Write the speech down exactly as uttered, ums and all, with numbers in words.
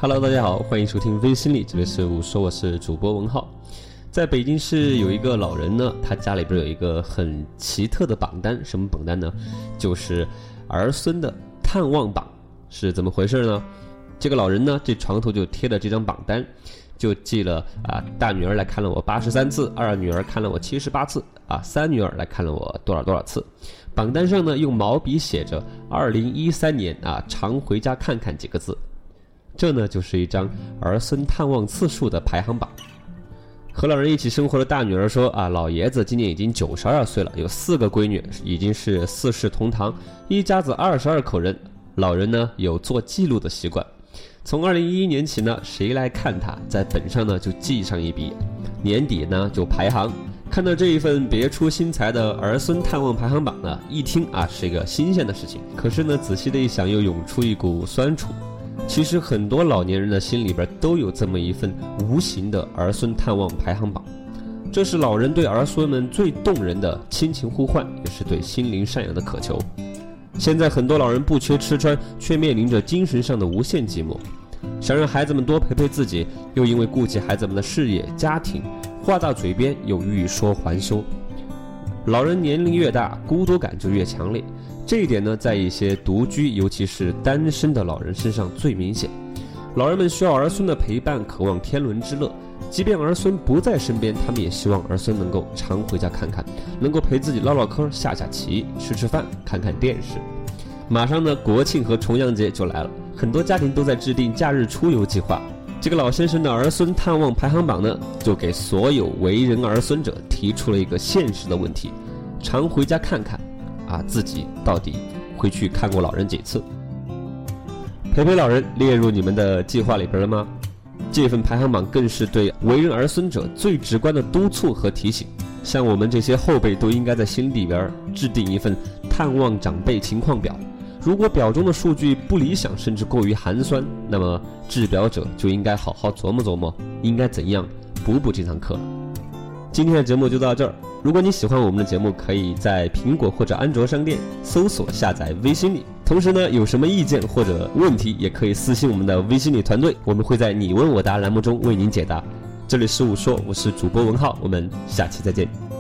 Hello， 大家好，欢迎收听微心理，这里是我说我是主播文浩。在北京市有一个老人呢，他家里边有一个很奇特的榜单，什么榜单呢？就是儿孙的探望榜。是怎么回事呢？这个老人呢，这床头就贴了这张榜单，就记了啊，大女儿来看了我八十三次，二女儿看了我七十八次，啊，三女儿来看了我多少多少次。榜单上呢，用毛笔写着二零一三年啊，常回家看看几个字。这呢，就是一张儿孙探望次数的排行榜。和老人一起生活的大女儿说啊，老爷子今年已经九十二岁了，有四个闺女，已经是四世同堂，一家子二十二口人。老人呢有做记录的习惯，从二零一一年起呢，谁来看他，在本上呢就记上一笔，年底呢就排行。看到这一份别出心裁的儿孙探望排行榜呢，一听啊是一个新鲜的事情，可是呢仔细的一想，又涌出一股酸楚。其实很多老年人的心里边都有这么一份无形的儿孙探望排行榜，这是老人对儿孙们最动人的亲情呼唤，也是对心灵赡养的渴求。现在很多老人不缺吃穿，却面临着精神上的无限寂寞，想让孩子们多陪陪自己，又因为顾及孩子们的事业家庭，话到嘴边又欲说还休。老人年龄越大，孤独感就越强烈，这一点呢，在一些独居尤其是单身的老人身上最明显。老人们需要儿孙的陪伴，渴望天伦之乐，即便儿孙不在身边，他们也希望儿孙能够常回家看看，能够陪自己唠唠嗑，下下棋，吃吃饭，看看电视。马上呢，国庆和重阳节就来了，很多家庭都在制定假日出游计划。这个老先生的儿孙探望排行榜呢，就给所有为人儿孙者提出了一个现实的问题：常回家看看啊，自己到底回去看过老人几次？陪陪老人列入你们的计划里边了吗？这份排行榜更是对为人儿孙者最直观的督促和提醒。像我们这些后辈都应该在心里边制定一份探望长辈情况表。如果表中的数据不理想，甚至过于寒酸，那么制表者就应该好好琢磨琢磨，应该怎样补补这堂课了。今天的节目就到这儿。如果你喜欢我们的节目，可以在苹果或者安卓商店搜索下载微心理。同时呢，有什么意见或者问题，也可以私信我们的微心理团队，我们会在你问我答栏目中为您解答。这里是我说，我是主播文浩，我们下期再见。